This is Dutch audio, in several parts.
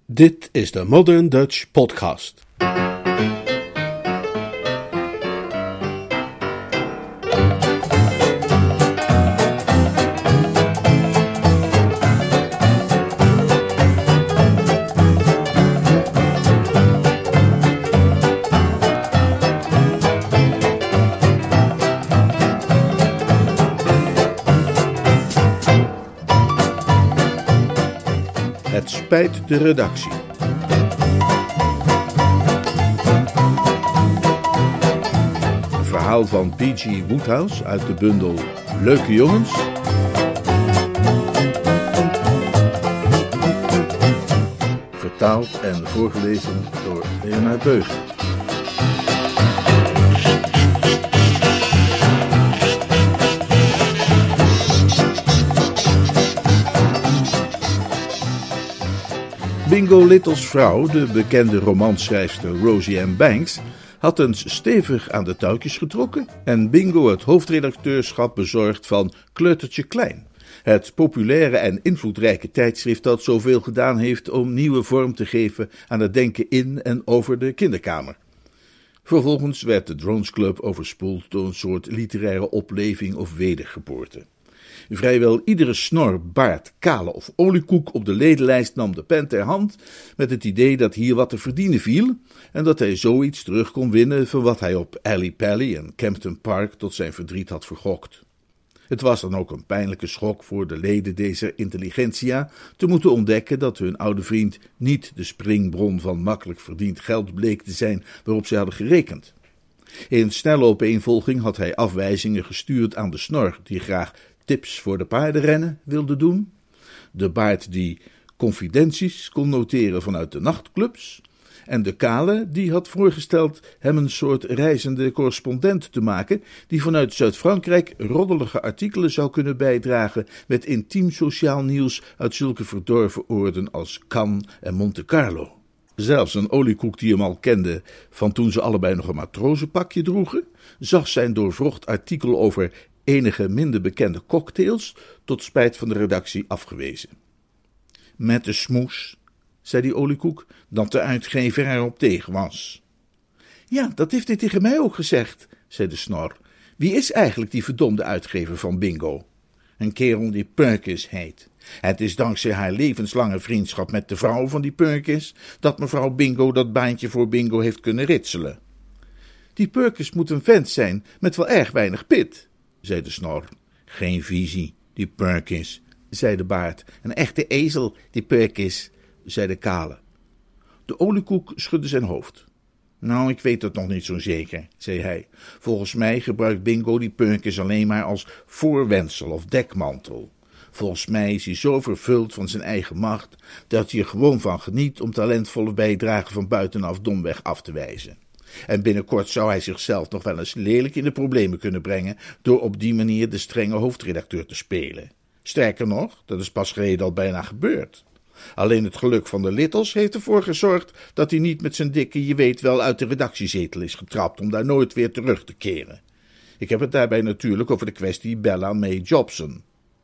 Dit is de Modern Dutch Podcast. Het spijt de redactie. Een verhaal van B.G. Wodehouse uit de bundel Leuke Jongens. Vertaald en voorgelezen door Leonard Beugel. Bingo Little's vrouw, de bekende romanschrijfster Rosie Ann Banks, had eens stevig aan de touwtjes getrokken en Bingo het hoofdredacteurschap bezorgd van Kleutertje Klein, het populaire en invloedrijke tijdschrift dat zoveel gedaan heeft om nieuwe vorm te geven aan het denken in en over de kinderkamer. Vervolgens werd de Drones Club overspoeld door een soort literaire opleving of wedergeboorte. Vrijwel iedere snor, baard, kale of oliekoek op de ledenlijst nam de pen ter hand met het idee dat hier wat te verdienen viel en dat hij zoiets terug kon winnen van wat hij op Alley Pally en Campden Park tot zijn verdriet had vergokt. Het was dan ook een pijnlijke schok voor de leden deze intelligentsia te moeten ontdekken dat hun oude vriend niet de springbron van makkelijk verdiend geld bleek te zijn waarop zij hadden gerekend. In snelle opeenvolging had hij afwijzingen gestuurd aan de snor die graag tips voor de paardenrennen wilde doen, de baard die confidenties kon noteren vanuit de nachtclubs en de kale die had voorgesteld hem een soort reizende correspondent te maken die vanuit Zuid-Frankrijk roddelige artikelen zou kunnen bijdragen met intiem sociaal nieuws uit zulke verdorven oorden als Cannes en Monte Carlo. Zelfs een oliekoek die hem al kende van toen ze allebei nog een matrozenpakje droegen, zag zijn doorwrocht artikel over enige minder bekende cocktails tot spijt van de redactie afgewezen. Met de smoes, zei die oliekoek, dat de uitgever erop tegen was. Ja, dat heeft hij tegen mij ook gezegd, zei de snor. Wie is eigenlijk die verdomde uitgever van Bingo? Een kerel die Perkins heet. Het is dankzij haar levenslange vriendschap met de vrouw van die Perkins dat mevrouw Bingo dat baantje voor Bingo heeft kunnen ritselen. Die Perkins moet een vent zijn met wel erg weinig pit, zei de snor. Geen visie, die Perkins, zei de baard. Een echte ezel, die Perkins, zei de kale. De oliekoek schudde zijn hoofd. Nou, ik weet het nog niet zo zeker, zei hij. Volgens mij gebruikt Bingo die Perkins alleen maar als voorwendsel of dekmantel. Volgens mij is hij zo vervuld van zijn eigen macht dat hij er gewoon van geniet om talentvolle bijdragen van buitenaf domweg af te wijzen. En binnenkort zou hij zichzelf nog wel eens lelijk in de problemen kunnen brengen door op die manier de strenge hoofdredacteur te spelen. Sterker nog, dat is pas geleden al bijna gebeurd. Alleen het geluk van de Littles heeft ervoor gezorgd dat hij niet met zijn dikke je weet wel uit de redactiezetel is getrapt om daar nooit weer terug te keren. Ik heb het daarbij natuurlijk over de kwestie Bella May Jobson.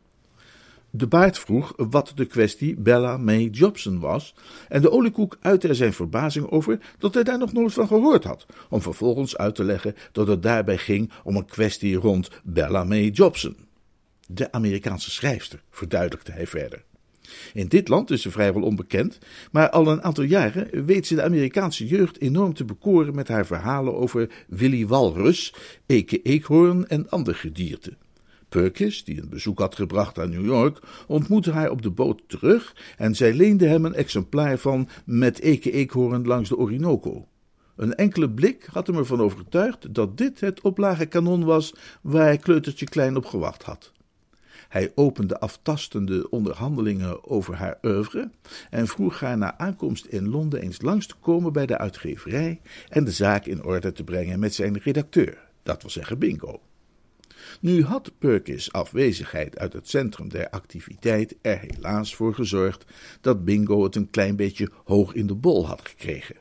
De baard vroeg wat de kwestie Bella May Jobson was en de oliekoek uitte er zijn verbazing over dat hij daar nog nooit van gehoord had, om vervolgens uit te leggen dat het daarbij ging om een kwestie rond Bella May Jobson. De Amerikaanse schrijfster, verduidelijkte hij verder. In dit land is ze vrijwel onbekend, maar al een aantal jaren weet ze de Amerikaanse jeugd enorm te bekoren met haar verhalen over Willy Walrus, Eke Eekhoorn en ander gedierte. Perkins, die een bezoek had gebracht aan New York, ontmoette haar op de boot terug en zij leende hem een exemplaar van Met Eke Eekhoorn langs de Orinoco. Een enkele blik had hem ervan overtuigd dat dit het oplagenkanon was waar Kleutertje Klein op gewacht had. Hij opende aftastende onderhandelingen over haar oeuvre en vroeg haar na aankomst in Londen eens langs te komen bij de uitgeverij en de zaak in orde te brengen met zijn redacteur, dat wil zeggen Bingo. Nu had Perkins' afwezigheid uit het centrum der activiteit er helaas voor gezorgd dat Bingo het een klein beetje hoog in de bol had gekregen.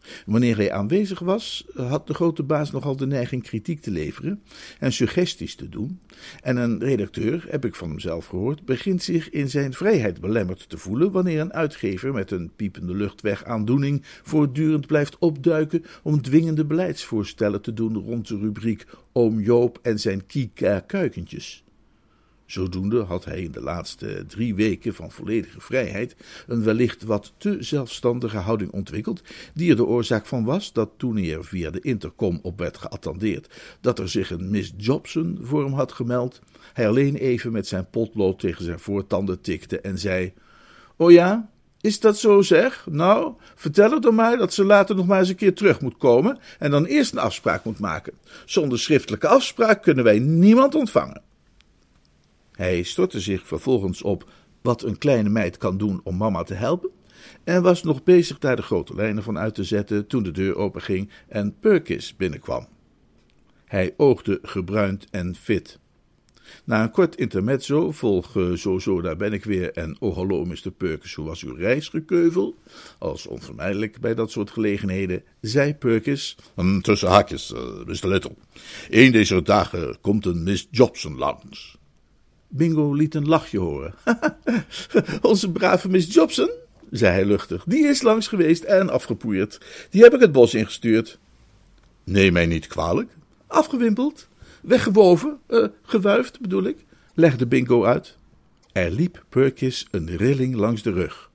Wanneer hij aanwezig was, had de grote baas nogal de neiging kritiek te leveren en suggesties te doen. En een redacteur, heb ik van hemzelf gehoord, begint zich in zijn vrijheid belemmerd te voelen wanneer een uitgever met een piepende luchtwegaandoening voortdurend blijft opduiken om dwingende beleidsvoorstellen te doen rond de rubriek Oom Joop en zijn Kika-kuikentjes. Zodoende had hij in de laatste 3 weken van volledige vrijheid een wellicht wat te zelfstandige houding ontwikkeld, die er de oorzaak van was dat toen hij er via de intercom op werd geattendeerd dat er zich een Miss Jobson voor hem had gemeld, hij alleen even met zijn potlood tegen zijn voortanden tikte en zei: "O ja, is dat zo zeg? Nou, vertel haar dan maar dat ze later nog maar eens een keer terug moet komen en dan eerst een afspraak moet maken. Zonder schriftelijke afspraak kunnen wij niemand ontvangen." Hij stortte zich vervolgens op wat een kleine meid kan doen om mama te helpen en was nog bezig daar de grote lijnen van uit te zetten toen de deur openging en Perkis binnenkwam. Hij oogde gebruind en fit. Na een kort intermezzo, zo, daar ben ik weer en oh hallo Mr. Perkis, hoe was uw reisgekeuvel? Als onvermijdelijk bij dat soort gelegenheden, zei Perkis: "Tussen haakjes, Mr. Little. Een deze dagen komt een Miss Jobson langs." Bingo liet een lachje horen. "Onze brave Miss Jobson," zei hij luchtig, "die is langs geweest en afgepoeierd. Die heb ik het bos ingestuurd." "Neem mij niet kwalijk." "Afgewimpeld, weggewoven, gewuifd bedoel ik," legde Bingo uit. Er liep Perkis een rilling langs de rug.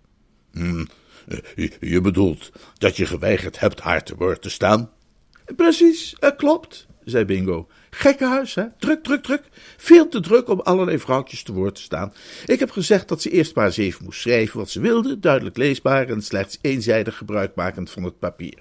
Je bedoelt dat je geweigerd hebt haar te woord te staan?" "Precies, klopt," zei Bingo. "Gekkenhuis, hè? Druk. Veel te druk om allerlei vrouwtjes te woord te staan. Ik heb gezegd dat ze eerst maar eens even moest schrijven wat ze wilde, duidelijk leesbaar en slechts eenzijdig gebruikmakend van het papier."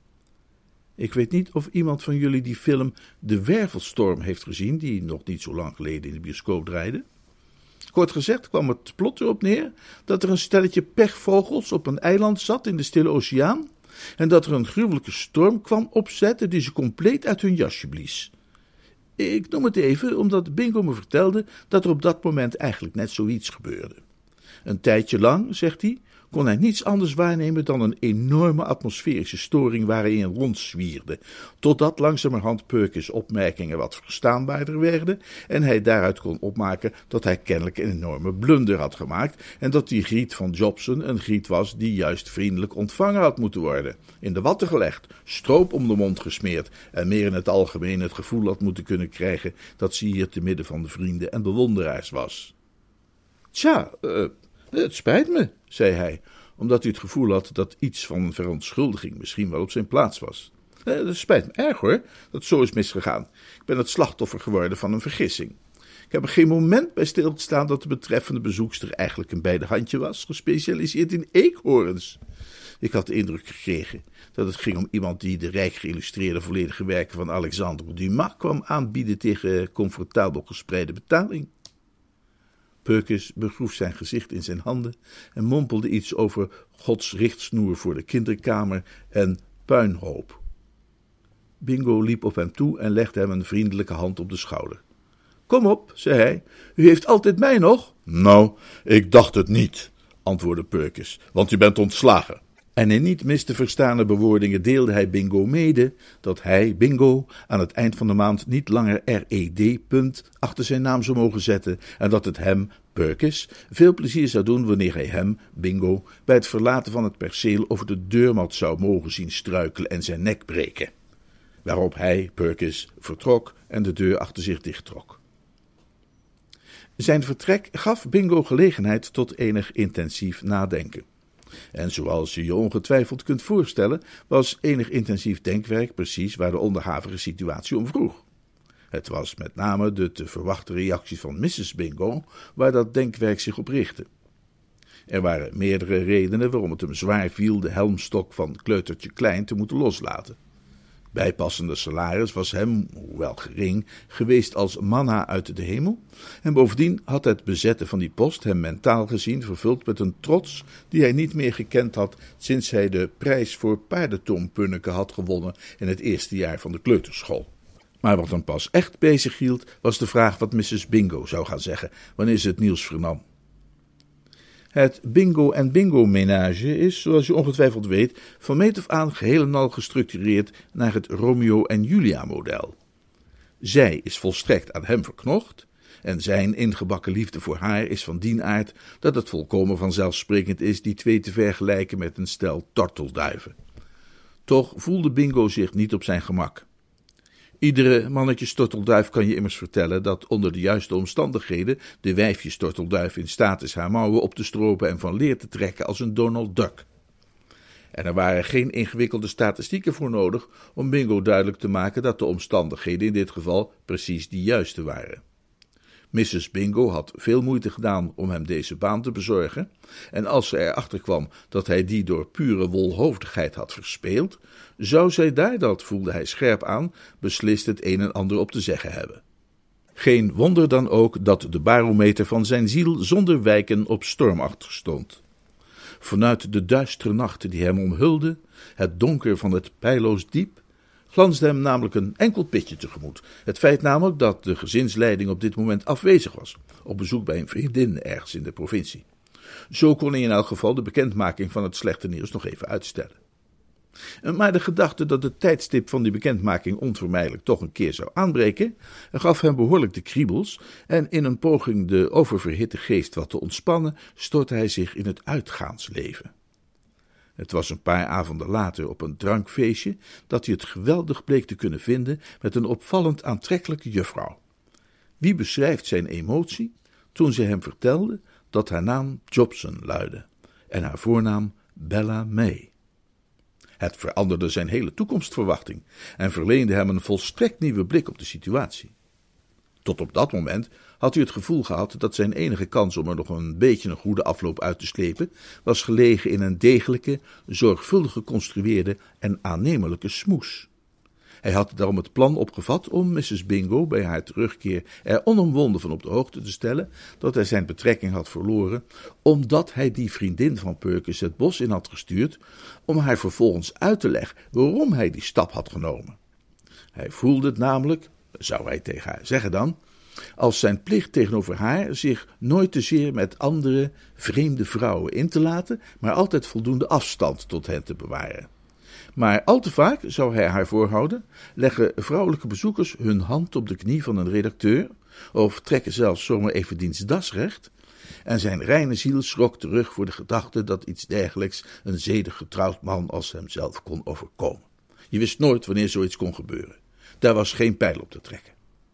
Ik weet niet of iemand van jullie die film De Wervelstorm heeft gezien, die nog niet zo lang geleden in de bioscoop draaide. Kort gezegd kwam het plot erop neer dat er een stelletje pechvogels op een eiland zat in de Stille Oceaan en dat er een gruwelijke storm kwam opzetten die ze compleet uit hun jasje blies. Ik noem het even omdat Bingo me vertelde dat er op dat moment eigenlijk net zoiets gebeurde. Een tijdje lang, zegt hij, kon hij niets anders waarnemen dan een enorme atmosferische storing waar hij in rondzwierde, totdat langzamerhand Perkis' opmerkingen wat verstaanbaarder werden en hij daaruit kon opmaken dat hij kennelijk een enorme blunder had gemaakt en dat die griet van Jobson een griet was die juist vriendelijk ontvangen had moeten worden, in de watten gelegd, stroop om de mond gesmeerd en meer in het algemeen het gevoel had moeten kunnen krijgen dat ze hier te midden van de vrienden en bewonderaars was. "Tja, het spijt me," zei hij, omdat hij het gevoel had dat iets van verontschuldiging misschien wel op zijn plaats was. "Het spijt me erg hoor, dat zo is misgegaan. Ik ben het slachtoffer geworden van een vergissing. Ik heb er geen moment bij stilgestaan dat de betreffende bezoekster eigenlijk een bijdehandje was, gespecialiseerd in eekhoorns. Ik had de indruk gekregen dat het ging om iemand die de rijk geïllustreerde volledige werken van Alexandre Dumas kwam aanbieden tegen comfortabel gespreide betaling." Perkis begroef zijn gezicht in zijn handen en mompelde iets over Gods richtsnoer voor de kinderkamer en puinhoop. Bingo liep op hem toe en legde hem een vriendelijke hand op de schouder. "Kom op," zei hij, "u heeft altijd mij nog." "Nou, ik dacht het niet," antwoordde Perkis, "want u bent ontslagen." En in niet mis te verstaande bewoordingen deelde hij Bingo mede dat hij, Bingo, aan het eind van de maand niet langer R.E.D. achter zijn naam zou mogen zetten en dat het hem, Perkis, veel plezier zou doen wanneer hij hem, Bingo, bij het verlaten van het perceel over de deurmat zou mogen zien struikelen en zijn nek breken. Waarop hij, Perkis, vertrok en de deur achter zich dichttrok. Zijn vertrek gaf Bingo gelegenheid tot enig intensief nadenken. En zoals je je ongetwijfeld kunt voorstellen, was enig intensief denkwerk precies waar de onderhavige situatie om vroeg. Het was met name de te verwachten reactie van Mrs. Bingo waar dat denkwerk zich op richtte. Er waren meerdere redenen waarom het hem zwaar viel de helmstok van kleutertje Klein te moeten loslaten. Bijpassende salaris was hem, hoewel gering, geweest als manna uit de hemel, en bovendien had het bezetten van die post hem mentaal gezien vervuld met een trots die hij niet meer gekend had sinds hij de prijs voor paardentoompunneke had gewonnen in het eerste jaar van de kleuterschool. Maar wat hem pas echt bezig hield, was de vraag wat Mrs. Bingo zou gaan zeggen wanneer ze het nieuws vernam. Het Bingo en Bingo menage is, zoals je ongetwijfeld weet, van meet af aan geheel en al gestructureerd naar het Romeo en Julia model. Zij is volstrekt aan hem verknocht en zijn ingebakken liefde voor haar is van dien aard dat het volkomen vanzelfsprekend is die twee te vergelijken met een stel tortelduiven. Toch voelde Bingo zich niet op zijn gemak. Iedere mannetjestortelduif kan je immers vertellen dat onder de juiste omstandigheden de wijfjestortelduif in staat is haar mouwen op te stropen en van leer te trekken als een Donald Duck. En er waren geen ingewikkelde statistieken voor nodig om Bingo duidelijk te maken dat de omstandigheden in dit geval precies die juiste waren. Mrs. Bingo had veel moeite gedaan om hem deze baan te bezorgen, en als ze erachter kwam dat hij die door pure wolhoofdigheid had verspeeld, zou zij daar, dat voelde hij scherp aan, beslist het een en ander op te zeggen hebben. Geen wonder dan ook dat de barometer van zijn ziel zonder wijken op stormachtig stond. Vanuit de duistere nachten die hem omhulden, het donker van het peilloos diep, glansde hem namelijk een enkel pitje tegemoet. Het feit namelijk dat de gezinsleiding op dit moment afwezig was, op bezoek bij een vriendin ergens in de provincie. Zo kon hij in elk geval de bekendmaking van het slechte nieuws nog even uitstellen. Maar de gedachte dat het tijdstip van die bekendmaking onvermijdelijk toch een keer zou aanbreken, gaf hem behoorlijk de kriebels en in een poging de oververhitte geest wat te ontspannen, stortte hij zich in het uitgaansleven. Het was een paar avonden later op een drankfeestje dat hij het geweldig bleek te kunnen vinden met een opvallend aantrekkelijke juffrouw. Wie beschrijft zijn emotie toen ze hem vertelde dat haar naam Jobson luidde en haar voornaam Bella May. Het veranderde zijn hele toekomstverwachting en verleende hem een volstrekt nieuwe blik op de situatie. Tot op dat moment had hij het gevoel gehad dat zijn enige kans om er nog een beetje een goede afloop uit te slepen, was gelegen in een degelijke, zorgvuldig geconstrueerde en aannemelijke smoes. Hij had daarom het plan opgevat om Mrs. Bingo bij haar terugkeer er onomwonden van op de hoogte te stellen dat hij zijn betrekking had verloren, omdat hij die vriendin van Perkins het bos in had gestuurd om haar vervolgens uit te leggen waarom hij die stap had genomen. Hij voelde het namelijk, zou hij tegen haar zeggen dan, als zijn plicht tegenover haar zich nooit te zeer met andere, vreemde vrouwen in te laten, maar altijd voldoende afstand tot hen te bewaren. Maar al te vaak, zou hij haar voorhouden, leggen vrouwelijke bezoekers hun hand op de knie van een redacteur, of trekken zelfs zomaar even diens das recht, en zijn reine ziel schrok terug voor de gedachte dat iets dergelijks een zedig getrouwd man als hemzelf kon overkomen. Je wist nooit wanneer zoiets kon gebeuren. Daar was geen pijl op te trekken.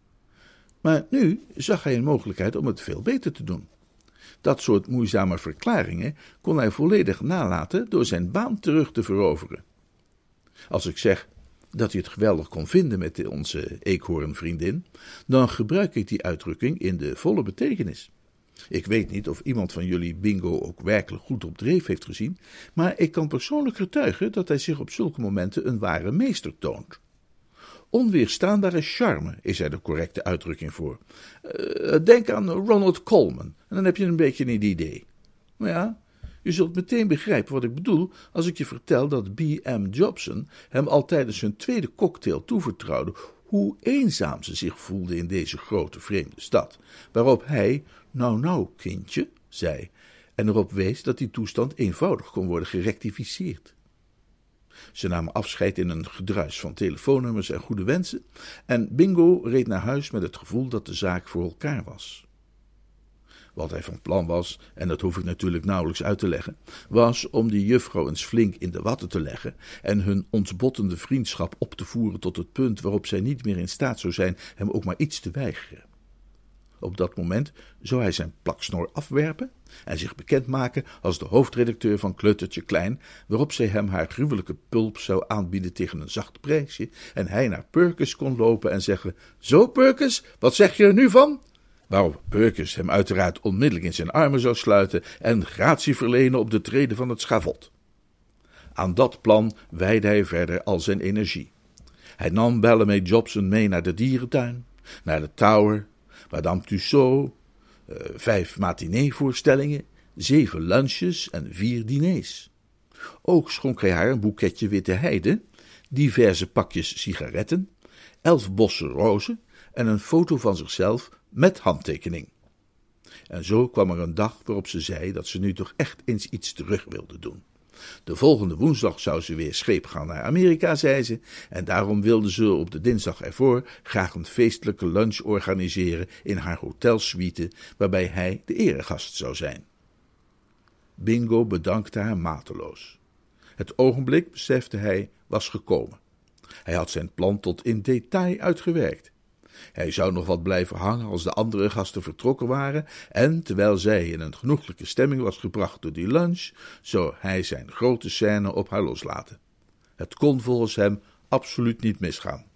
Maar nu zag hij een mogelijkheid om het veel beter te doen. Dat soort moeizame verklaringen kon hij volledig nalaten door zijn baan terug te veroveren. Als ik zeg dat hij het geweldig kon vinden met onze eekhoornvriendin, dan gebruik ik die uitdrukking in de volle betekenis. Ik weet niet of iemand van jullie Bingo ook werkelijk goed op dreef heeft gezien, maar ik kan persoonlijk getuigen dat hij zich op zulke momenten een ware meester toont. Onweerstaanbare charme is er de correcte uitdrukking voor. Denk aan Ronald Colman, en dan heb je een beetje een idee. Maar ja, je zult meteen begrijpen wat ik bedoel als ik je vertel dat B.M. Jobson hem al tijdens hun tweede cocktail toevertrouwde hoe eenzaam ze zich voelde in deze grote vreemde stad, waarop hij, nou kindje, zei, en erop wees dat die toestand eenvoudig kon worden gerectificeerd. Ze namen afscheid in een gedruis van telefoonnummers en goede wensen, en Bingo reed naar huis met het gevoel dat de zaak voor elkaar was. Wat hij van plan was, en dat hoef ik natuurlijk nauwelijks uit te leggen, was om die juffrouw eens flink in de watten te leggen en hun ontbottende vriendschap op te voeren tot het punt waarop zij niet meer in staat zou zijn hem ook maar iets te weigeren. Op dat moment zou hij zijn plaksnor afwerpen en zich bekendmaken als de hoofdredacteur van Kleutertje Klein, waarop zij hem haar gruwelijke pulp zou aanbieden tegen een zacht prijsje en hij naar Perkins kon lopen en zeggen: "Zo Perkins, wat zeg je er nu van?" Waarop Perkins hem uiteraard onmiddellijk in zijn armen zou sluiten en gratie verlenen op de trede van het schavot. Aan dat plan wijdde hij verder al zijn energie. Hij nam Bellamy Jobson mee naar de dierentuin, naar de Tower, Madame Tussaud, 5 matineevoorstellingen, 7 lunches en 4 diners. Ook schonk hij haar een boeketje witte heide, diverse pakjes sigaretten, 11 bossen rozen en een foto van zichzelf met handtekening. En zo kwam er een dag waarop ze zei dat ze nu toch echt eens iets terug wilde doen. De volgende woensdag zou ze weer scheep gaan naar Amerika, zei ze, en daarom wilde ze op de dinsdag ervoor graag een feestelijke lunch organiseren in haar hotelsuite, waarbij hij de eregast zou zijn. Bingo bedankte haar mateloos. Het ogenblik, besefte hij, was gekomen. Hij had zijn plan tot in detail uitgewerkt. Hij zou nog wat blijven hangen als de andere gasten vertrokken waren, en terwijl zij in een genoeglijke stemming was gebracht door die lunch, zou hij zijn grote scène op haar loslaten. Het kon volgens hem absoluut niet misgaan.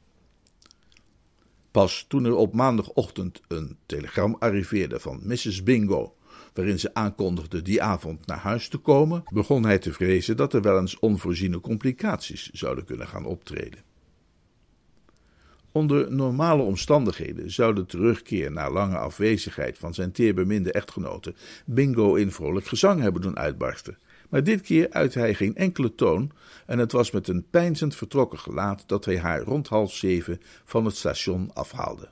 Pas toen er op maandagochtend een telegram arriveerde van Mrs. Bingo, waarin ze aankondigde die avond naar huis te komen, begon hij te vrezen dat er wel eens onvoorziene complicaties zouden kunnen gaan optreden. Onder normale omstandigheden zou de terugkeer na lange afwezigheid van zijn teerbeminde echtgenote Bingo in vrolijk gezang hebben doen uitbarsten. Maar dit keer uitte hij geen enkele toon en het was met een peinzend vertrokken gelaat dat hij haar rond 6:30 van het station afhaalde.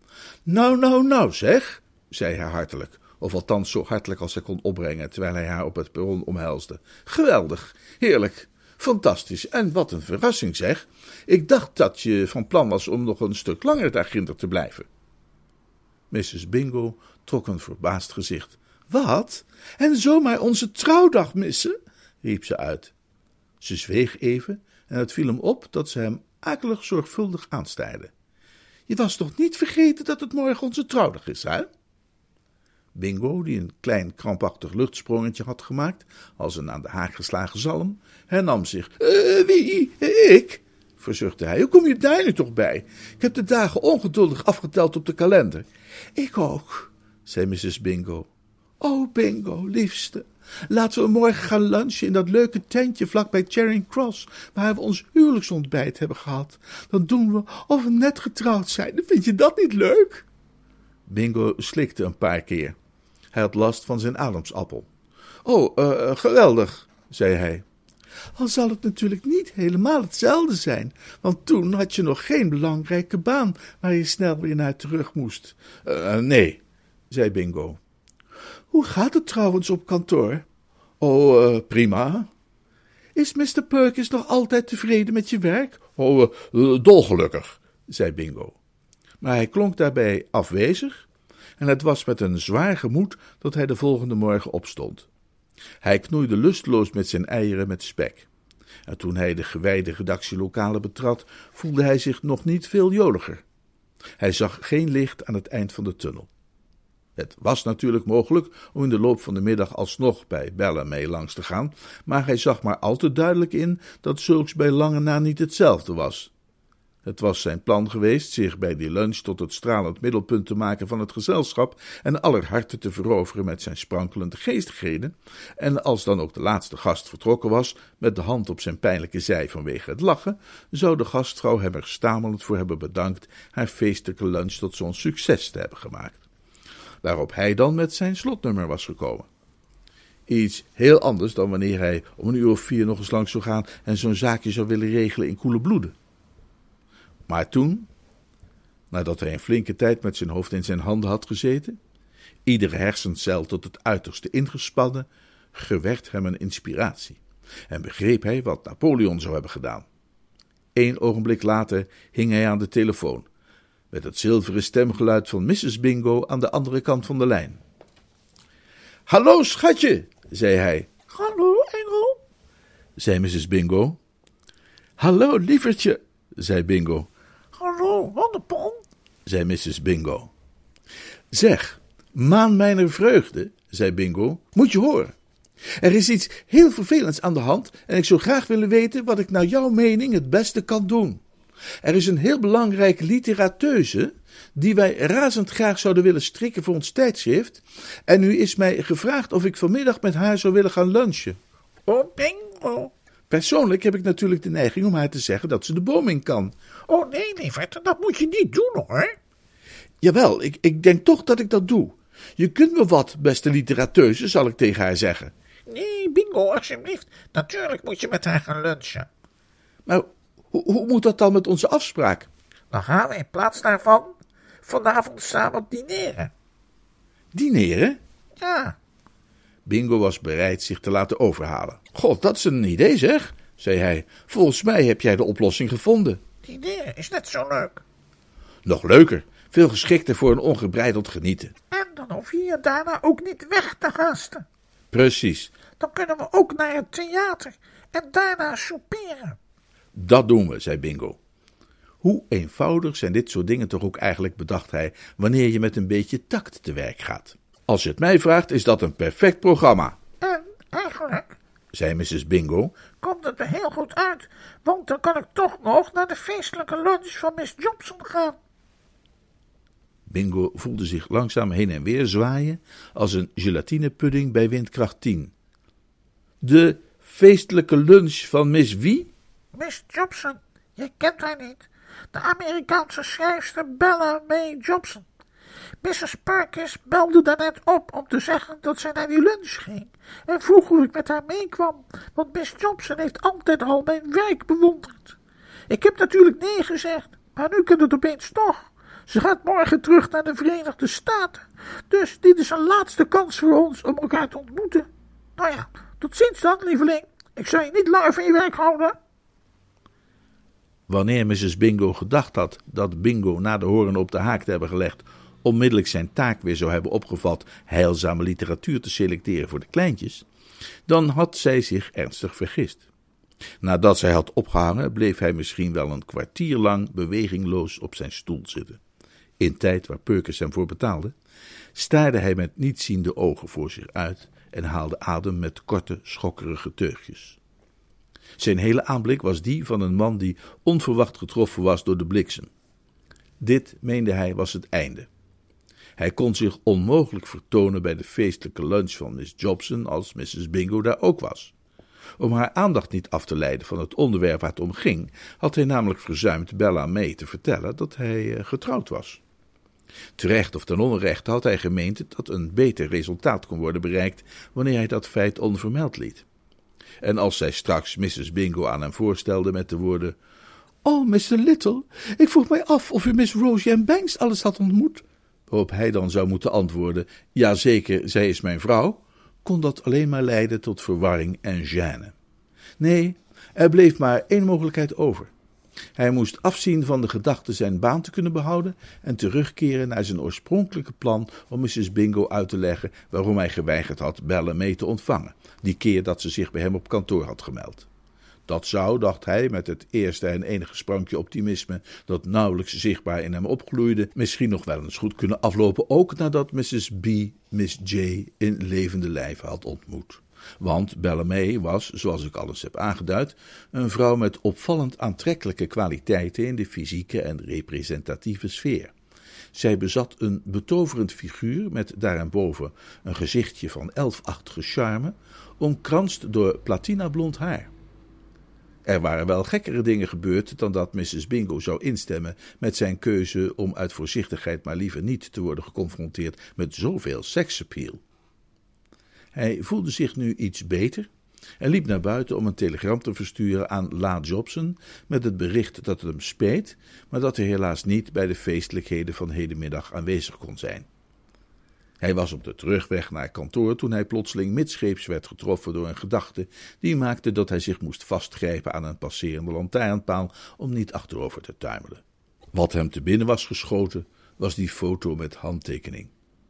Nou zeg, zei hij hartelijk, of althans zo hartelijk als hij kon opbrengen terwijl hij haar op het perron omhelsde. Geweldig, heerlijk. Fantastisch, en wat een verrassing zeg. Ik dacht dat je van plan was om nog een stuk langer daar ginder te blijven. Mrs. Bingo trok een verbaasd gezicht. Wat? En zomaar onze trouwdag missen? Riep ze uit. Ze zweeg even en het viel hem op dat ze hem akelig zorgvuldig aanstaarde. Je was toch niet vergeten dat het morgen onze trouwdag is, hè? Bingo, die een klein krampachtig luchtsprongetje had gemaakt, als een aan de haak geslagen zalm, hernam zich. Wie? Ik? Verzuchtte hij. Hoe kom je daar nu toch bij? Ik heb de dagen ongeduldig afgeteld op de kalender. Ik ook, zei Mrs. Bingo. Oh, Bingo, liefste, laten we morgen gaan lunchen in dat leuke tentje vlak bij Charing Cross, waar we ons huwelijksontbijt hebben gehad. Dan doen we of we net getrouwd zijn. Vind je dat niet leuk? Bingo slikte een paar keer. Hij had last van zijn ademsappel. Geweldig, zei hij. Al zal het natuurlijk niet helemaal hetzelfde zijn, want toen had je nog geen belangrijke baan waar je snel weer naar terug moest. Nee, zei Bingo. Hoe gaat het trouwens op kantoor? Prima. Is Mr. Perkins nog altijd tevreden met je werk? Dolgelukkig, zei Bingo. Maar hij klonk daarbij afwezig en het was met een zwaar gemoed dat hij de volgende morgen opstond. Hij knoeide lusteloos met zijn eieren met spek. En toen hij de gewijde redactielokalen betrad, voelde hij zich nog niet veel joliger. Hij zag geen licht aan het eind van de tunnel. Het was natuurlijk mogelijk om in de loop van de middag alsnog bij Bellamy langs te gaan, maar hij zag maar al te duidelijk in dat zulks bij lange na niet hetzelfde was. Het was zijn plan geweest zich bij die lunch tot het stralend middelpunt te maken van het gezelschap en aller harten te veroveren met zijn sprankelende geestigheden, en als dan ook de laatste gast vertrokken was, met de hand op zijn pijnlijke zij vanwege het lachen, zou de gastvrouw hem er stamelend voor hebben bedankt haar feestelijke lunch tot zo'n succes te hebben gemaakt. Waarop hij dan met zijn slotnummer was gekomen. Iets heel anders dan wanneer hij om 4:00 nog eens langs zou gaan en zo'n zaakje zou willen regelen in koele bloede. Maar toen, nadat hij een flinke tijd met zijn hoofd in zijn handen had gezeten, iedere hersencel tot het uiterste ingespannen, gewerd hem een inspiratie en begreep hij wat Napoleon zou hebben gedaan. 1 ogenblik later hing hij aan de telefoon, met het zilveren stemgeluid van Mrs. Bingo aan de andere kant van de lijn. Hallo, schatje, zei hij. Hallo, engel, zei Mrs. Bingo. Hallo, lievertje, zei Bingo. Hallo, hondenpon, zei Mrs. Bingo. Zeg, maan mijner vreugde, zei Bingo, moet je horen. Er is iets heel vervelends aan de hand en ik zou graag willen weten wat ik naar jouw mening het beste kan doen. Er is een heel belangrijke literateuse die wij razend graag zouden willen strikken voor ons tijdschrift en nu is mij gevraagd of ik vanmiddag met haar zou willen gaan lunchen. Oh, Bingo. Persoonlijk heb ik natuurlijk de neiging om haar te zeggen dat ze de boom in kan. Oh nee, lieverd, dat moet je niet doen hoor. Jawel, ik denk toch dat ik dat doe. Je kunt me wat, beste literateuse, zal ik tegen haar zeggen. Nee, Bingo, alsjeblieft. Natuurlijk moet je met haar gaan lunchen. Maar hoe moet dat dan met onze afspraak? Dan gaan we in plaats daarvan vanavond samen dineren. Dineren? Ja, Bingo was bereid zich te laten overhalen. God, dat is een idee zeg, zei hij. Volgens mij heb jij de oplossing gevonden. dineren is net zo leuk. Nog leuker, veel geschikter voor een ongebreideld genieten. En dan hoef je je daarna ook niet weg te haasten. Precies, Dan kunnen we ook naar het theater en daarna souperen. dat doen we, zei Bingo. Hoe eenvoudig zijn dit soort dingen toch ook eigenlijk, bedacht hij, wanneer je met een beetje tact te werk gaat. Als je het mij vraagt, is dat een perfect programma, En eigenlijk zei Mrs. Bingo. komt het er heel goed uit, want dan kan ik toch nog naar de feestelijke lunch van Miss Jobson gaan. Bingo voelde zich langzaam heen en weer zwaaien als een gelatinepudding bij windkracht 10. De feestelijke lunch van Miss wie? Miss Jobson, je kent haar niet. De Amerikaanse schrijfster Bella May Jobson. Mrs. Perkins belde daarnet op om te zeggen dat zij naar die lunch ging en vroeg hoe ik met haar meekwam, want Miss Jobson heeft altijd al mijn werk bewonderd. Ik heb natuurlijk nee gezegd, maar nu kan het opeens toch. Ze gaat morgen terug naar de Verenigde Staten, dus dit is een laatste kans voor ons om elkaar te ontmoeten. Nou ja, tot ziens dan, lieveling. Ik zal je niet langer van je werk houden. Wanneer Mrs. Bingo gedacht had dat Bingo na de horen op de haak te hebben gelegd onmiddellijk zijn taak weer zou hebben opgevat heilzame literatuur te selecteren voor de kleintjes, dan had zij zich ernstig vergist. Nadat zij had opgehangen, bleef hij misschien wel een kwartier lang bewegingloos op zijn stoel zitten. In tijd waar Perkins hem voor betaalde, staarde hij met nietsziende ogen voor zich uit en haalde adem met korte, schokkerige teugjes. Zijn hele aanblik was die van een man die onverwacht getroffen was door de bliksem. Dit, meende hij, was het einde. Hij kon zich onmogelijk vertonen bij de feestelijke lunch van Miss Jobson als Mrs. Bingo daar ook was. Om haar aandacht niet af te leiden van het onderwerp waar het om ging, had hij namelijk verzuimd Bella May te vertellen dat hij getrouwd was. Terecht of ten onrechte had hij gemeend dat een beter resultaat kon worden bereikt wanneer hij dat feit onvermeld liet. En als zij straks Mrs. Bingo aan hem voorstelde met de woorden: "Oh, Mr. Little, ik vroeg mij af of u Miss Rosie Banks alles had ontmoet," waarop hij dan zou moeten antwoorden: "Jazeker, zij is mijn vrouw," kon dat alleen maar leiden tot verwarring en gêne. Nee, er bleef maar één mogelijkheid over. Hij moest afzien van de gedachte zijn baan te kunnen behouden en terugkeren naar zijn oorspronkelijke plan om Mrs. Bingo uit te leggen waarom hij geweigerd had Bella May te ontvangen, die keer dat ze zich bij hem op kantoor had gemeld. Dat zou, dacht hij, met het eerste en enige sprankje optimisme dat nauwelijks zichtbaar in hem opgloeide, misschien nog wel eens goed kunnen aflopen, ook nadat Mrs. B. Miss J. in levende lijve had ontmoet. Want Bella May was, zoals ik alles heb aangeduid, een vrouw met opvallend aantrekkelijke kwaliteiten in de fysieke en representatieve sfeer. Zij bezat een betoverend figuur met daarenboven een gezichtje van elfachtige charme, omkranst door platinablond haar. Er waren wel gekkere dingen gebeurd dan dat Mrs. Bingo zou instemmen met zijn keuze om uit voorzichtigheid maar liever niet te worden geconfronteerd met zoveel seksappeal. Hij voelde zich nu iets beter en liep naar buiten om een telegram te versturen aan La Jobson met het bericht dat het hem speet, maar dat hij helaas niet bij de feestelijkheden van hedenmiddag aanwezig kon zijn. Hij was op de terugweg naar kantoor toen hij plotseling midscheeps werd getroffen door een gedachte die maakte dat hij zich moest vastgrijpen aan een passerende lantaarnpaal om niet achterover te tuimelen. Wat hem te binnen was geschoten was die foto met handtekening.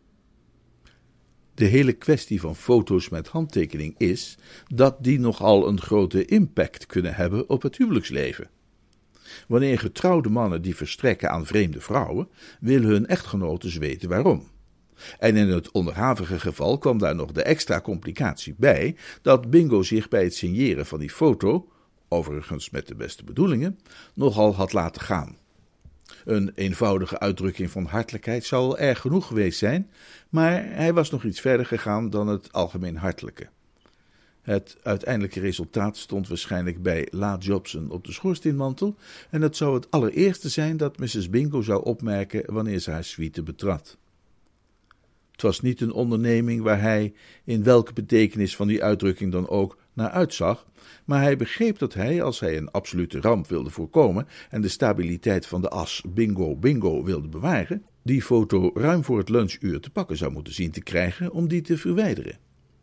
De hele kwestie van foto's met handtekening is dat die nogal een grote impact kunnen hebben op het huwelijksleven. Wanneer getrouwde mannen die verstrekken aan vreemde vrouwen, willen hun echtgenotes weten waarom. En in het onderhavige geval kwam daar nog de extra complicatie bij dat Bingo zich bij het signeren van die foto, overigens met de beste bedoelingen, nogal had laten gaan. Een eenvoudige uitdrukking van hartelijkheid zou wel erg genoeg geweest zijn, maar hij was nog iets verder gegaan dan het algemeen hartelijke. Het uiteindelijke resultaat stond waarschijnlijk bij La Jobson op de schoorsteenmantel en het zou het allereerste zijn dat Mrs. Bingo zou opmerken wanneer ze haar suite betrad. Het was niet een onderneming waar hij, in welke betekenis van die uitdrukking dan ook, naar uitzag, maar hij begreep dat hij, als hij een absolute ramp wilde voorkomen en de stabiliteit van de as Bingo Bingo wilde bewaren, die foto ruim voor het lunchuur te pakken zou moeten zien te krijgen om die te verwijderen.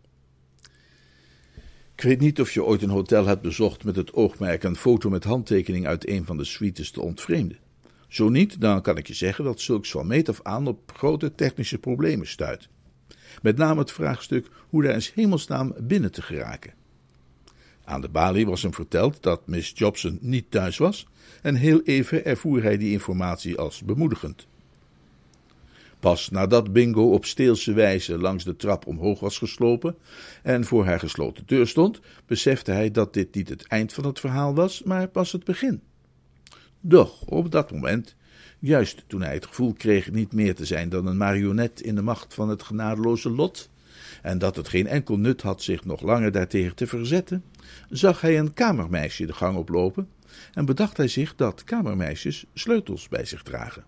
Ik weet niet of je ooit een hotel hebt bezocht met het oogmerk een foto met handtekening uit een van de suites te ontvreemden. Zo niet, dan kan ik je zeggen dat zulks van meet af aan op grote technische problemen stuit. Met name het vraagstuk hoe daar in hemelsnaam binnen te geraken. Aan de balie was hem verteld dat Miss Jobson niet thuis was en heel even ervoer hij die informatie als bemoedigend. Pas nadat Bingo op steelse wijze langs de trap omhoog was geslopen en voor haar gesloten deur stond, besefte hij dat dit niet het eind van het verhaal was, maar pas het begin. Doch op dat moment, juist toen hij het gevoel kreeg niet meer te zijn dan een marionet in de macht van het genadeloze lot, en dat het geen enkel nut had zich nog langer daartegen te verzetten, zag hij een kamermeisje de gang oplopen en bedacht hij zich dat kamermeisjes sleutels bij zich dragen.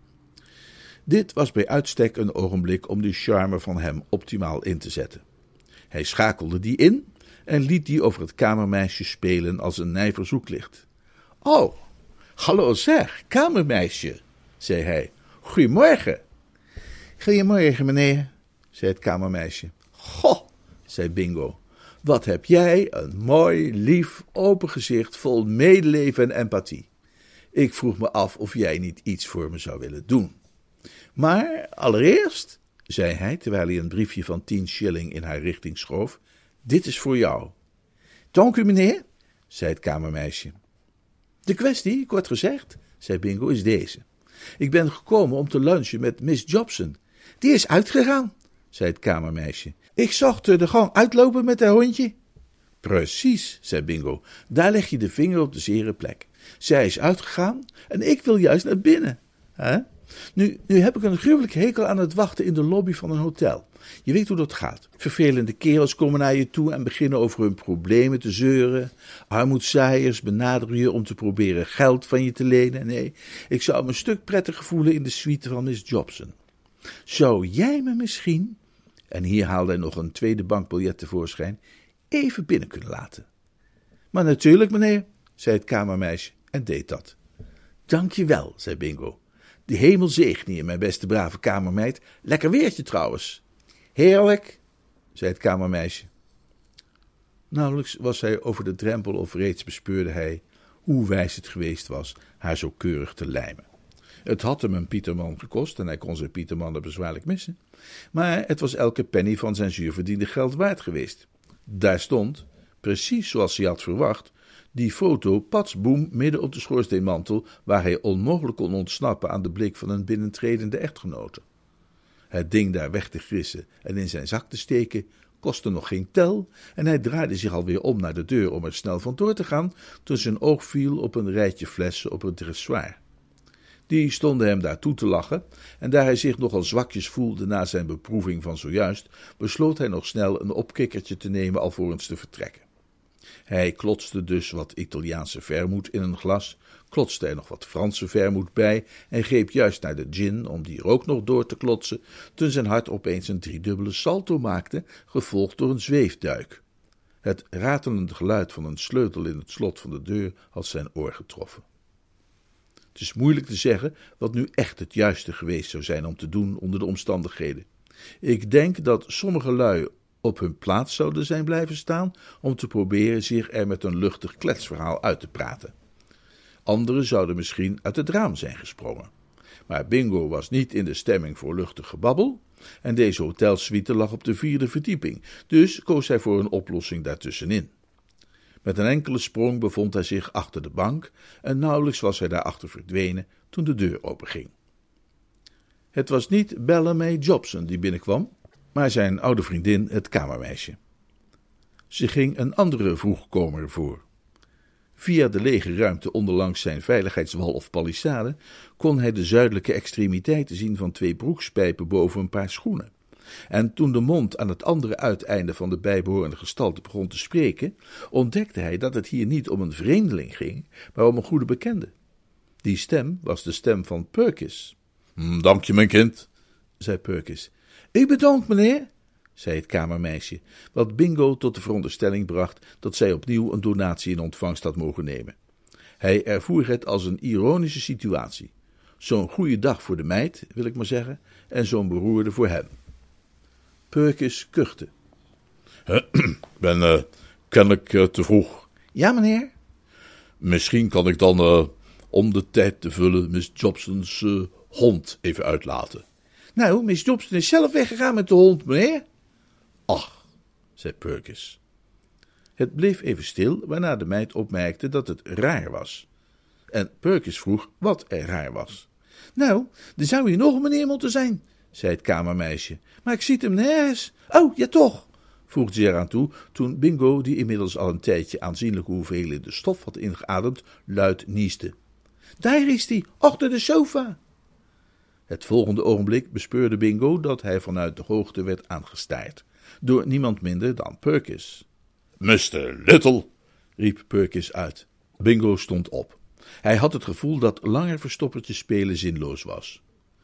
Dit was bij uitstek een ogenblik om de charme van hem optimaal in te zetten. Hij schakelde die in en liet die over het kamermeisje spelen als een nijver zoeklicht. Oh, hallo zeg, kamermeisje, zei hij. Goedemorgen. Goedemorgen, meneer, zei het kamermeisje. Goh, zei Bingo, wat heb jij een mooi, lief, open gezicht vol medeleven en empathie. Ik vroeg me af of jij niet iets voor me zou willen doen. Maar allereerst, zei hij, terwijl hij een briefje van 10 shilling in haar richting schoof, dit is voor jou. Dank u, meneer, zei het kamermeisje. De kwestie, kort gezegd, zei Bingo, is deze. Ik ben gekomen om te lunchen met Miss Jobson. Die is uitgegaan, zei het kamermeisje. Ik zag haar de gang uitlopen met haar hondje. Precies, zei Bingo, daar leg je de vinger op de zere plek. Zij is uitgegaan en ik wil juist naar binnen. Nu heb ik een gruwelijk hekel aan het wachten in de lobby van een hotel. Je weet hoe dat gaat. Vervelende kerels komen naar je toe en beginnen over hun problemen te zeuren. Armoedzaaiers benaderen je om te proberen geld van je te lenen. Nee, ik zou me een stuk prettiger voelen in de suite van Miss Jobson. Zou jij me misschien, en hier haalde hij nog een tweede bankbiljet tevoorschijn, even binnen kunnen laten? Maar natuurlijk, meneer, zei het kamermeisje en deed dat. Dank je wel, zei Bingo. De hemel zegene je, mijn beste brave kamermeid. Lekker weertje trouwens. Heerlijk, zei het kamermeisje. Nauwelijks was hij over de drempel of reeds bespeurde hij hoe wijs het geweest was haar zo keurig te lijmen. Het had hem een pieterman gekost en hij kon zijn pietermannen bezwaarlijk missen. Maar het was elke penny van zijn zuurverdiende geld waard geweest. Daar stond, precies zoals hij had verwacht, die foto patsboem midden op de schoorsteenmantel, waar hij onmogelijk kon ontsnappen aan de blik van een binnentredende echtgenote. Het ding daar weg te grissen en in zijn zak te steken kostte nog geen tel en hij draaide zich alweer om naar de deur om er snel vandoor te gaan, toen zijn oog viel op een rijtje flessen op het dressoir. Die stonden hem daar toe te lachen en daar hij zich nogal zwakjes voelde na zijn beproeving van zojuist, besloot hij nog snel een opkikkertje te nemen alvorens te vertrekken. Hij klotste dus wat Italiaanse vermoed in een glas, klotste er nog wat Franse vermoed bij en greep juist naar de gin om die er ook nog door te klotsen, toen zijn hart opeens een driedubbele salto maakte, gevolgd door een zweefduik. Het ratelende geluid van een sleutel in het slot van de deur had zijn oor getroffen. Het is moeilijk te zeggen wat nu echt het juiste geweest zou zijn om te doen onder de omstandigheden. Ik denk dat sommige lui op hun plaats zouden zijn blijven staan om te proberen zich er met een luchtig kletsverhaal uit te praten. Anderen zouden misschien uit het raam zijn gesprongen. Maar Bingo was niet in de stemming voor luchtig gebabbel en deze hotelsuite lag op de 4e verdieping, dus koos hij voor een oplossing daartussenin. Met een enkele sprong bevond hij zich achter de bank en nauwelijks was hij daarachter verdwenen toen de deur openging. Het was niet Bella May Jobson die binnenkwam, maar zijn oude vriendin, het kamermeisje. Ze ging een andere vroegkomer voor. Via de lege ruimte onderlangs zijn veiligheidswal of palissade kon hij de zuidelijke extremiteiten zien van 2 broekspijpen boven een paar schoenen. En toen de mond aan het andere uiteinde van de bijbehorende gestalte begon te spreken, ontdekte hij dat het hier niet om een vreemdeling ging, maar om een goede bekende. Die stem was de stem van Perkis. Dank je, mijn kind, zei Perkis. U bedankt, meneer, zei het kamermeisje, wat Bingo tot de veronderstelling bracht dat zij opnieuw een donatie in ontvangst had mogen nemen. Hij ervoer het als een ironische situatie. Zo'n goede dag voor de meid, wil ik maar zeggen, en zo'n beroerde voor hem. Perkins kuchte. Ben kennelijk te vroeg. Ja, meneer. Misschien kan ik dan, om de tijd te vullen, Miss Jobson's hond even uitlaten. Nou, Miss Jobson is zelf weggegaan met de hond, meneer. Ach, zei Perkins. Het bleef even stil, waarna de meid opmerkte dat het raar was. En Perkins vroeg wat er raar was. Nou, er zou hier nog een meneer moeten zijn, zei het kamermeisje, maar ik zie hem nergens. Oh, ja toch, voegde ze eraan toe, toen Bingo, die inmiddels al een tijdje aanzienlijke hoeveelheden stof had ingeademd, luid niesde. Daar is hij, achter de sofa. Het volgende ogenblik bespeurde Bingo dat hij vanuit de hoogte werd aangestaard, door niemand minder dan Perkins. Mr. Little, riep Perkins uit. Bingo stond op. Hij had het gevoel dat langer verstoppertje spelen zinloos was.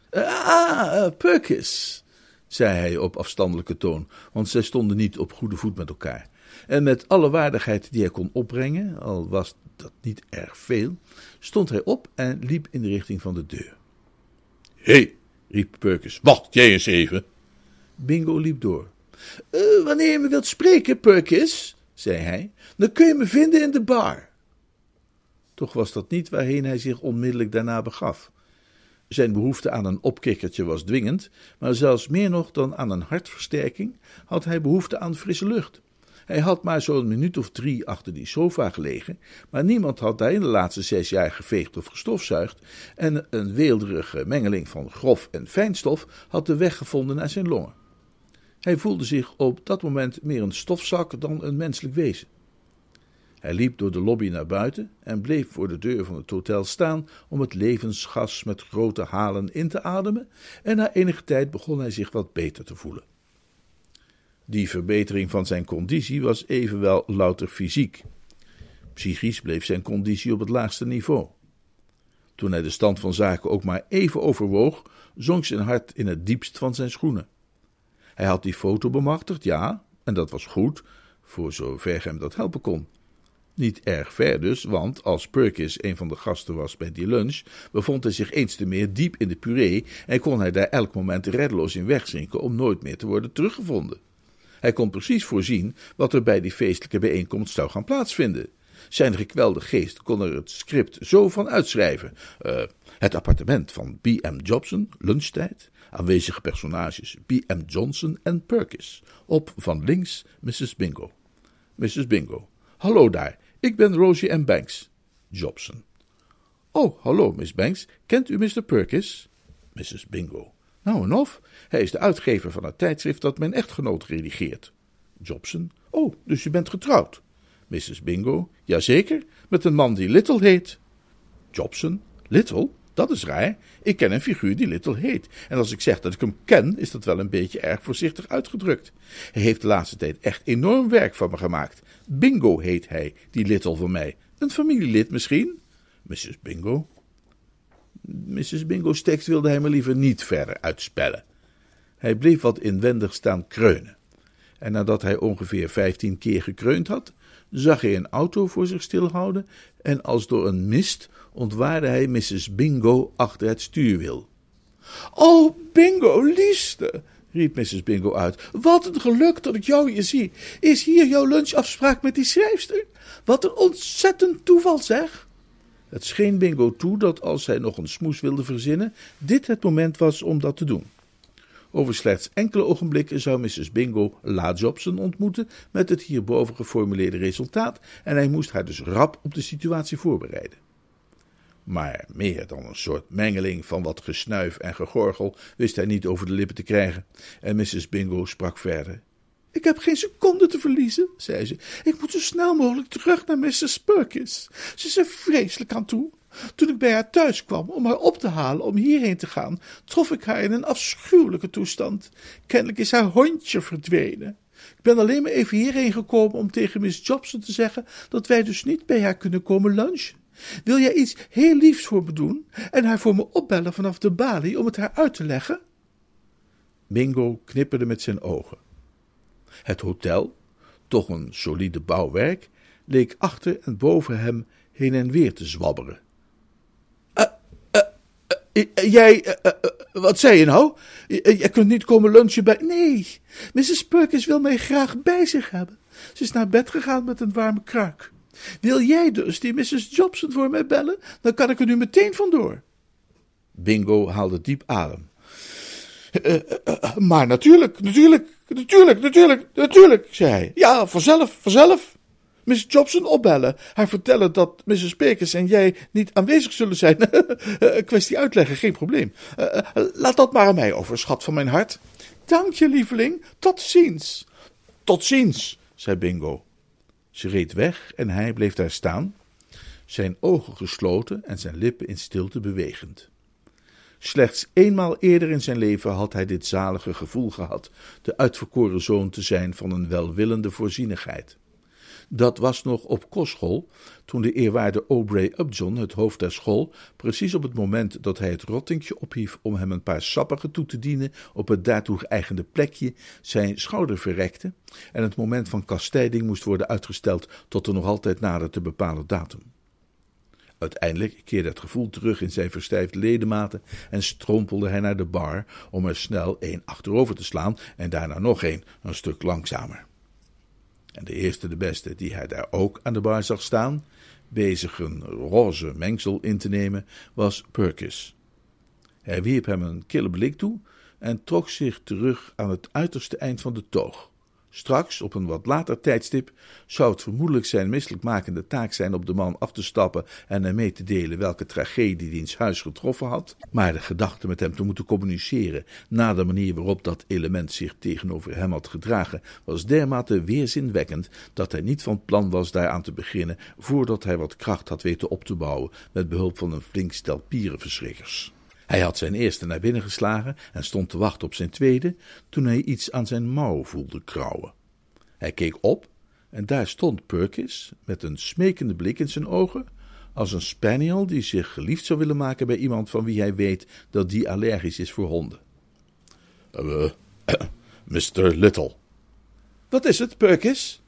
Perkins, zei hij op afstandelijke toon, want zij stonden niet op goede voet met elkaar. En met alle waardigheid die hij kon opbrengen, al was dat niet erg veel, stond hij op en liep in de richting van de deur. Hé, riep Perkins, wacht jij eens even. Bingo liep door. Wanneer je me wilt spreken, Perkins, zei hij, dan kun je me vinden in de bar. Toch was dat niet waarheen hij zich onmiddellijk daarna begaf. Zijn behoefte aan een opkikkertje was dwingend, maar zelfs meer nog dan aan een hartversterking had hij behoefte aan frisse lucht. Hij had maar zo'n minuut of 3 achter die sofa gelegen, maar niemand had daar in de laatste 6 jaar geveegd of gestofzuigd, en een weelderige mengeling van grof en fijnstof had de weg gevonden naar zijn longen. Hij voelde zich op dat moment meer een stofzak dan een menselijk wezen. Hij liep door de lobby naar buiten en bleef voor de deur van het hotel staan om het levensgas met grote halen in te ademen, en na enige tijd begon hij zich wat beter te voelen. Die verbetering van zijn conditie was evenwel louter fysiek. Psychisch bleef zijn conditie op het laagste niveau. Toen hij de stand van zaken ook maar even overwoog, zonk zijn hart in het diepst van zijn schoenen. Hij had die foto bemachtigd, ja, en dat was goed, voor zover hem dat helpen kon. Niet erg ver dus, want als Perkins een van de gasten was bij die lunch, bevond hij zich eens te meer diep in de puree en kon hij daar elk moment reddeloos in wegzinken om nooit meer te worden teruggevonden. Hij kon precies voorzien wat er bij die feestelijke bijeenkomst zou gaan plaatsvinden. Zijn gekwelde geest kon er het script zo van uitschrijven. Het appartement van B.M. Jobson, lunchtijd, aanwezige personages B.M. Johnson en Perkins. Op van links Mrs. Bingo. Mrs. Bingo. Hallo daar, ik ben Rosie M. Banks. Jobson. Oh, hallo, Miss Banks. Kent u Mr. Perkins? Mrs. Bingo. Nou en of, hij is de uitgever van het tijdschrift dat mijn echtgenoot redigeert. Jobson. Oh, dus u bent getrouwd? Mrs. Bingo. Jazeker, met een man die Little heet. Jobson. Little? Dat is raar. Ik ken een figuur die Little heet. En als ik zeg dat ik hem ken, is dat wel een beetje erg voorzichtig uitgedrukt. Hij heeft de laatste tijd echt enorm werk van me gemaakt. Bingo heet hij, die Little van mij. Een familielid misschien? Mrs. Bingo. Mrs. Bingo's tekst wilde hij maar liever niet verder uitspellen. Hij bleef wat inwendig staan kreunen. En nadat hij ongeveer 15 keer gekreund had, zag hij een auto voor zich stilhouden en als door een mist ontwaarde hij Mrs. Bingo achter het stuurwiel. Oh, Bingo, liefste, riep Mrs. Bingo uit. Wat een geluk dat ik jou hier zie. Is hier jouw lunchafspraak met die schrijfster? Wat een ontzettend toeval, zeg. Het scheen Bingo toe dat als hij nog een smoes wilde verzinnen, dit het moment was om dat te doen. Over slechts enkele ogenblikken zou Mrs. Bingo La Jobson ontmoeten met het hierboven geformuleerde resultaat en hij moest haar dus rap op de situatie voorbereiden. Maar meer dan een soort mengeling van wat gesnuif en gegorgel wist hij niet over de lippen te krijgen en Mrs. Bingo sprak verder. Ik heb geen seconde te verliezen, zei ze. Ik moet zo snel mogelijk terug naar Mrs. Perkins. Ze is er vreselijk aan toe. Toen ik bij haar thuis kwam om haar op te halen om hierheen te gaan, trof ik haar in een afschuwelijke toestand. Kennelijk is haar hondje verdwenen. Ik ben alleen maar even hierheen gekomen om tegen Miss Jobson te zeggen dat wij dus niet bij haar kunnen komen lunchen. Wil jij iets heel liefs voor me doen en haar voor me opbellen vanaf de balie om het haar uit te leggen? Bingo knipperde met zijn ogen. Het hotel, toch een solide bouwwerk, leek achter en boven hem heen en weer te zwabberen. Jij, wat zei je nou? Jij kunt niet komen lunchen bij... Nee, Mrs. Perkins wil mij graag bij zich hebben. Ze is naar bed gegaan met een warme kruik. Wil jij dus die Mrs. Jobson voor mij bellen? Dan kan ik er nu meteen vandoor. Bingo haalde diep adem. Maar natuurlijk, zei hij. Ja, vanzelf. Miss Jobson opbellen, haar vertellen dat Mrs. Perkins en jij niet aanwezig zullen zijn. Kwestie uitleggen, geen probleem. Laat dat maar aan mij over, schat van mijn hart. Dank je, lieveling, tot ziens. Tot ziens, zei Bingo. Ze reed weg en hij bleef daar staan, zijn ogen gesloten en zijn lippen in stilte bewegend. Slechts eenmaal eerder in zijn leven had hij dit zalige gevoel gehad, de uitverkoren zoon te zijn van een welwillende voorzienigheid. Dat was nog op kostschool, toen de eerwaarde Aubrey Upjohn, het hoofd der school, precies op het moment dat hij het rottinkje ophief om hem een paar sappigen toe te dienen op het daartoe geëigende plekje, zijn schouder verrekte en het moment van kastijding moest worden uitgesteld tot de nog altijd nader te bepalen datum. Uiteindelijk keerde het gevoel terug in zijn verstijfde ledematen en strompelde hij naar de bar om er snel één achterover te slaan en daarna nog een stuk langzamer. En de eerste de beste die hij daar ook aan de bar zag staan, bezig een roze mengsel in te nemen, was Perkins. Hij wierp hem een kille blik toe en trok zich terug aan het uiterste eind van de toog. Straks, op een wat later tijdstip, zou het vermoedelijk zijn misselijkmakende taak zijn op de man af te stappen en hem mee te delen welke tragedie diens huis getroffen had, maar de gedachte met hem te moeten communiceren na de manier waarop dat element zich tegenover hem had gedragen, was dermate weerzinwekkend dat hij niet van plan was daaraan te beginnen voordat hij wat kracht had weten op te bouwen met behulp van een flink stel pierenverschrikkers. Hij had zijn eerste naar binnen geslagen en stond te wachten op zijn tweede, toen hij iets aan zijn mouw voelde krauwen. Hij keek op en daar stond Perkins, met een smekende blik in zijn ogen, als een spaniel die zich geliefd zou willen maken bij iemand van wie hij weet dat die allergisch is voor honden. Mr. Little. Wat is het, Perkins?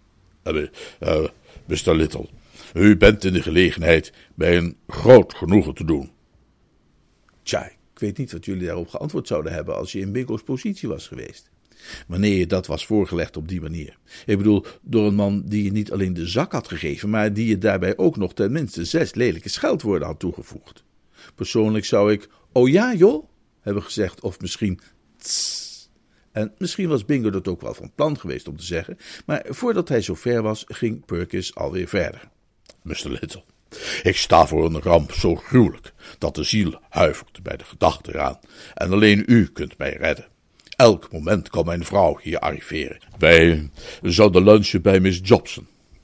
Mr. Little, u bent in de gelegenheid mij een groot genoegen te doen. Tja, ik weet niet wat jullie daarop geantwoord zouden hebben als je in Bingo's positie was geweest. Wanneer je dat was voorgelegd op die manier. Ik bedoel, door een man die je niet alleen de zak had gegeven, maar die je daarbij ook nog tenminste 6 lelijke scheldwoorden had toegevoegd. Persoonlijk zou ik, oh ja joh, hebben gezegd, of misschien tss. En misschien was Bingo dat ook wel van plan geweest om te zeggen, maar voordat hij zo ver was, ging Perkins alweer verder. Mr. Little, ik sta voor een ramp zo gruwelijk, dat de ziel huivert bij de gedachte eraan, en alleen u kunt mij redden. Elk moment kan mijn vrouw hier arriveren. Wij zouden lunchen bij Miss Jobson.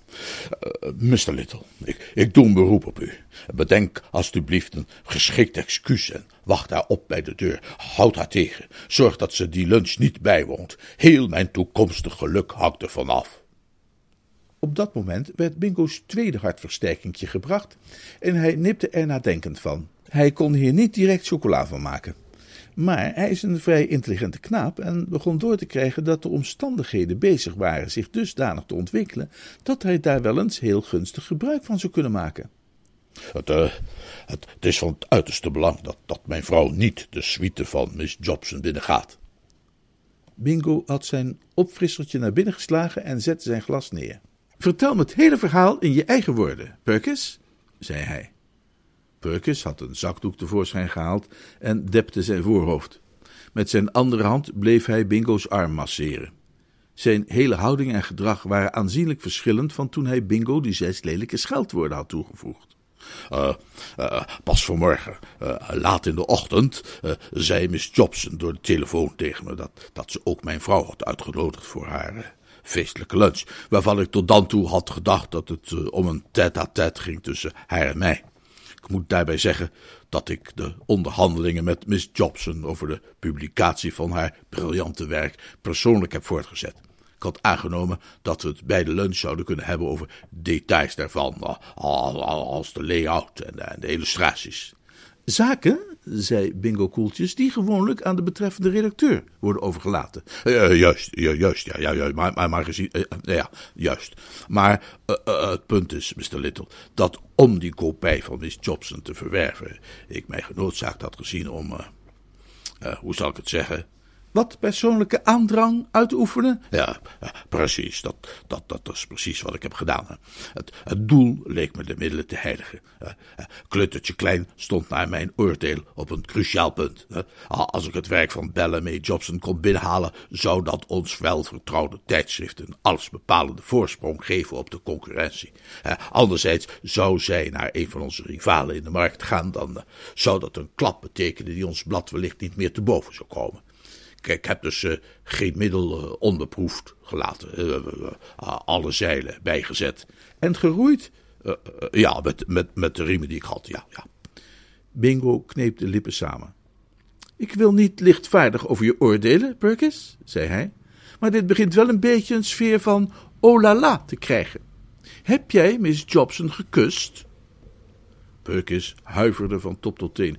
Mr. Little, ik doe een beroep op u. Bedenk alstublieft een geschikt excuus en wacht haar op bij de deur. Houd haar tegen. Zorg dat ze die lunch niet bijwoont. Heel mijn toekomstig geluk hangt ervan af. Op dat moment werd Bingo's tweede hartversterkingje gebracht en hij nipte er nadenkend van. Hij kon hier niet direct chocola van maken. Maar hij is een vrij intelligente knaap en begon door te krijgen dat de omstandigheden bezig waren zich dusdanig te ontwikkelen, dat hij daar wel eens heel gunstig gebruik van zou kunnen maken. Het is van het uiterste belang dat mijn vrouw niet de suite van Miss Jobson binnengaat. Bingo had zijn opfrissertje naar binnen geslagen en zette zijn glas neer. Vertel me het hele verhaal in je eigen woorden, Perkins, zei hij. Perkins had een zakdoek tevoorschijn gehaald en depte zijn voorhoofd. Met zijn andere hand bleef hij Bingo's arm masseren. Zijn hele houding en gedrag waren aanzienlijk verschillend van toen hij Bingo die 6 lelijke scheldwoorden had toegevoegd. Pas vanmorgen, laat in de ochtend, zei Miss Jobson door de telefoon tegen me dat ze ook mijn vrouw had uitgenodigd voor haar feestelijke lunch, waarvan ik tot dan toe had gedacht dat het om een tête-à-tête ging tussen haar en mij. Ik moet daarbij zeggen dat ik de onderhandelingen met Miss Jobson over de publicatie van haar briljante werk persoonlijk heb voortgezet. Ik had aangenomen dat we het bij de lunch zouden kunnen hebben over details daarvan, als de layout en de illustraties. Zaken? zei Bingo koeltjes, die gewoonlijk aan de betreffende redacteur worden overgelaten. Juist, ja, maar gezien, juist. Maar het punt is, Mr. Little, dat om die kopij van Miss Jobson te verwerven, ik mij genoodzaakt had gezien om, hoe zal ik het zeggen, wat persoonlijke aandrang uit te oefenen? Ja, precies. Dat is precies wat ik heb gedaan. Het doel leek me de middelen te heiligen. Kluttertje Klein stond naar mijn oordeel op een cruciaal punt. Als ik het werk van Bellamy Jobson kon binnenhalen, zou dat ons welvertrouwde tijdschrift een allesbepalende voorsprong geven op de concurrentie. Anderzijds zou zij naar een van onze rivalen in de markt gaan, dan zou dat een klap betekenen die ons blad wellicht niet meer te boven zou komen. Ik heb dus geen middel onbeproefd gelaten, alle zeilen bijgezet en geroeid. Ja, met de riemen die ik had, ja. Bingo kneep de lippen samen. Ik wil niet lichtvaardig over je oordelen, Perkins, zei hij, maar dit begint wel een beetje een sfeer van oh la la te krijgen. Heb jij Miss Jobson gekust? Perkins huiverde van top tot teen.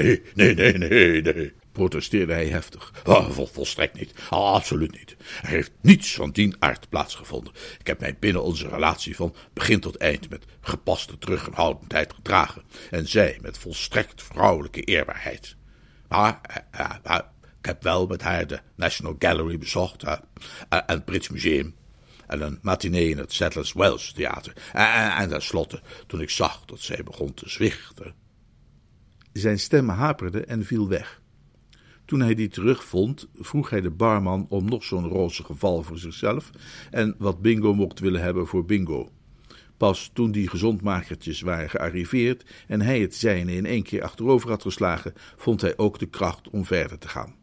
Nee, protesteerde hij heftig. Volstrekt niet. Absoluut niet. Er heeft niets van die aard plaatsgevonden. Ik heb mij binnen onze relatie van begin tot eind met gepaste terughoudendheid gedragen en zij met volstrekt vrouwelijke eerbaarheid. Maar ik heb wel met haar de National Gallery bezocht en het Brits Museum en een matinee in het Sadler's Wells Theater. En tenslotte, toen ik zag dat zij begon te zwichten. Zijn stem haperde en viel weg. Toen hij die terugvond, vroeg hij de barman om nog zo'n roze geval voor zichzelf en wat Bingo mocht willen hebben voor Bingo. Pas toen die gezondmakertjes waren gearriveerd en hij het zijne in 1 keer achterover had geslagen, vond hij ook de kracht om verder te gaan.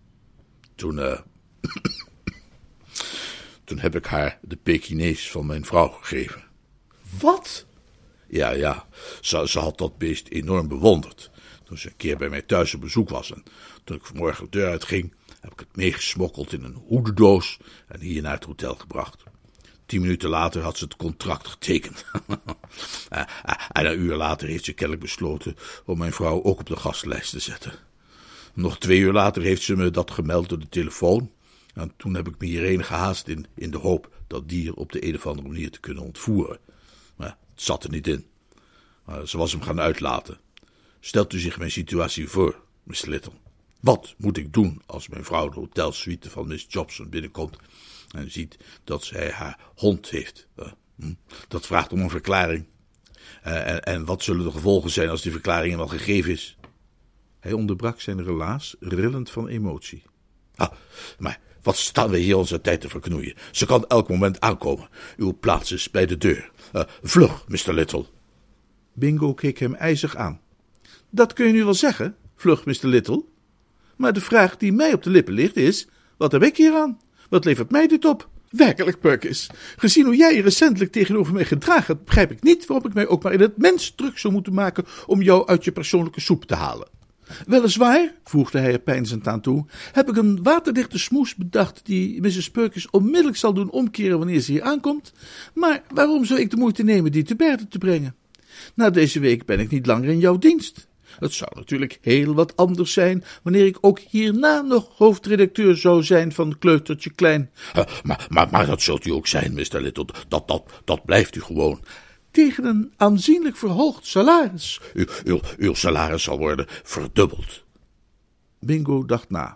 Toen heb ik haar de Pekinees van mijn vrouw gegeven. Wat? Ja, ze had dat beest enorm bewonderd. Toen ze een keer bij mij thuis op bezoek was en toen ik vanmorgen de deur uitging, heb ik het meegesmokkeld in een hoedendoos en hier naar het hotel gebracht. 10 minuten later had ze het contract getekend. En een uur later heeft ze kennelijk besloten om mijn vrouw ook op de gastenlijst te zetten. Nog 2 uur later heeft ze me dat gemeld door de telefoon. En toen heb ik me hierheen gehaast in de hoop dat dier op de een of andere manier te kunnen ontvoeren. Maar het zat er niet in. Ze was hem gaan uitlaten. Stelt u zich mijn situatie voor, Mr. Little. Wat moet ik doen als mijn vrouw de hotelsuite van Miss Jobson binnenkomt en ziet dat zij haar hond heeft? Dat vraagt om een verklaring. En wat zullen de gevolgen zijn als die verklaring wel gegeven is? Hij onderbrak zijn relaas, rillend van emotie. Maar wat staan we hier onze tijd te verknoeien? Ze kan elk moment aankomen. Uw plaats is bij de deur. Vlug, Mr. Little. Bingo keek hem ijzig aan. Dat kun je nu wel zeggen, vlug, Mr. Little. Maar de vraag die mij op de lippen ligt is, wat heb ik hier aan? Wat levert mij dit op? Werkelijk, Perkins, gezien hoe jij je recentelijk tegenover mij gedragen hebt, begrijp ik niet waarom ik mij ook maar in het mens druk zou moeten maken om jou uit je persoonlijke soep te halen. Weliswaar, voegde hij er peinzend aan toe, heb ik een waterdichte smoes bedacht die Mrs. Perkins onmiddellijk zal doen omkeren wanneer ze hier aankomt, maar waarom zou ik de moeite nemen die te berde te brengen? Na deze week ben ik niet langer in jouw dienst. Het zou natuurlijk heel wat anders zijn wanneer ik ook hierna nog hoofdredacteur zou zijn van Kleutertje Klein. Maar dat zult u ook zijn, Mr. Little. Dat blijft u gewoon. Tegen een aanzienlijk verhoogd salaris. Uw salaris zal worden verdubbeld. Bingo dacht na.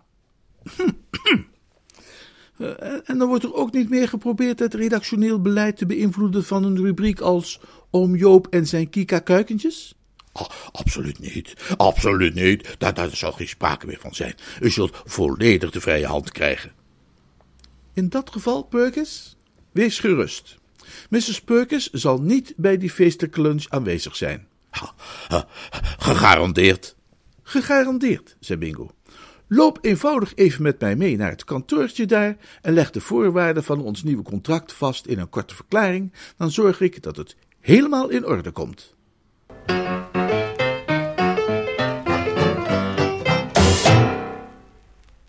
En dan wordt er ook niet meer geprobeerd het redactioneel beleid te beïnvloeden van een rubriek als Oom Joop en zijn Kika-kuikentjes? Absoluut niet. Daar zal geen sprake meer van zijn. U zult volledig de vrije hand krijgen. In dat geval, Perkins, wees gerust. Mrs. Perkins zal niet bij die feestelijke lunch aanwezig zijn. Gegarandeerd. Gegarandeerd, zei Bingo. Loop eenvoudig even met mij mee naar het kantoortje daar en leg de voorwaarden van ons nieuwe contract vast in een korte verklaring. Dan zorg ik dat het helemaal in orde komt.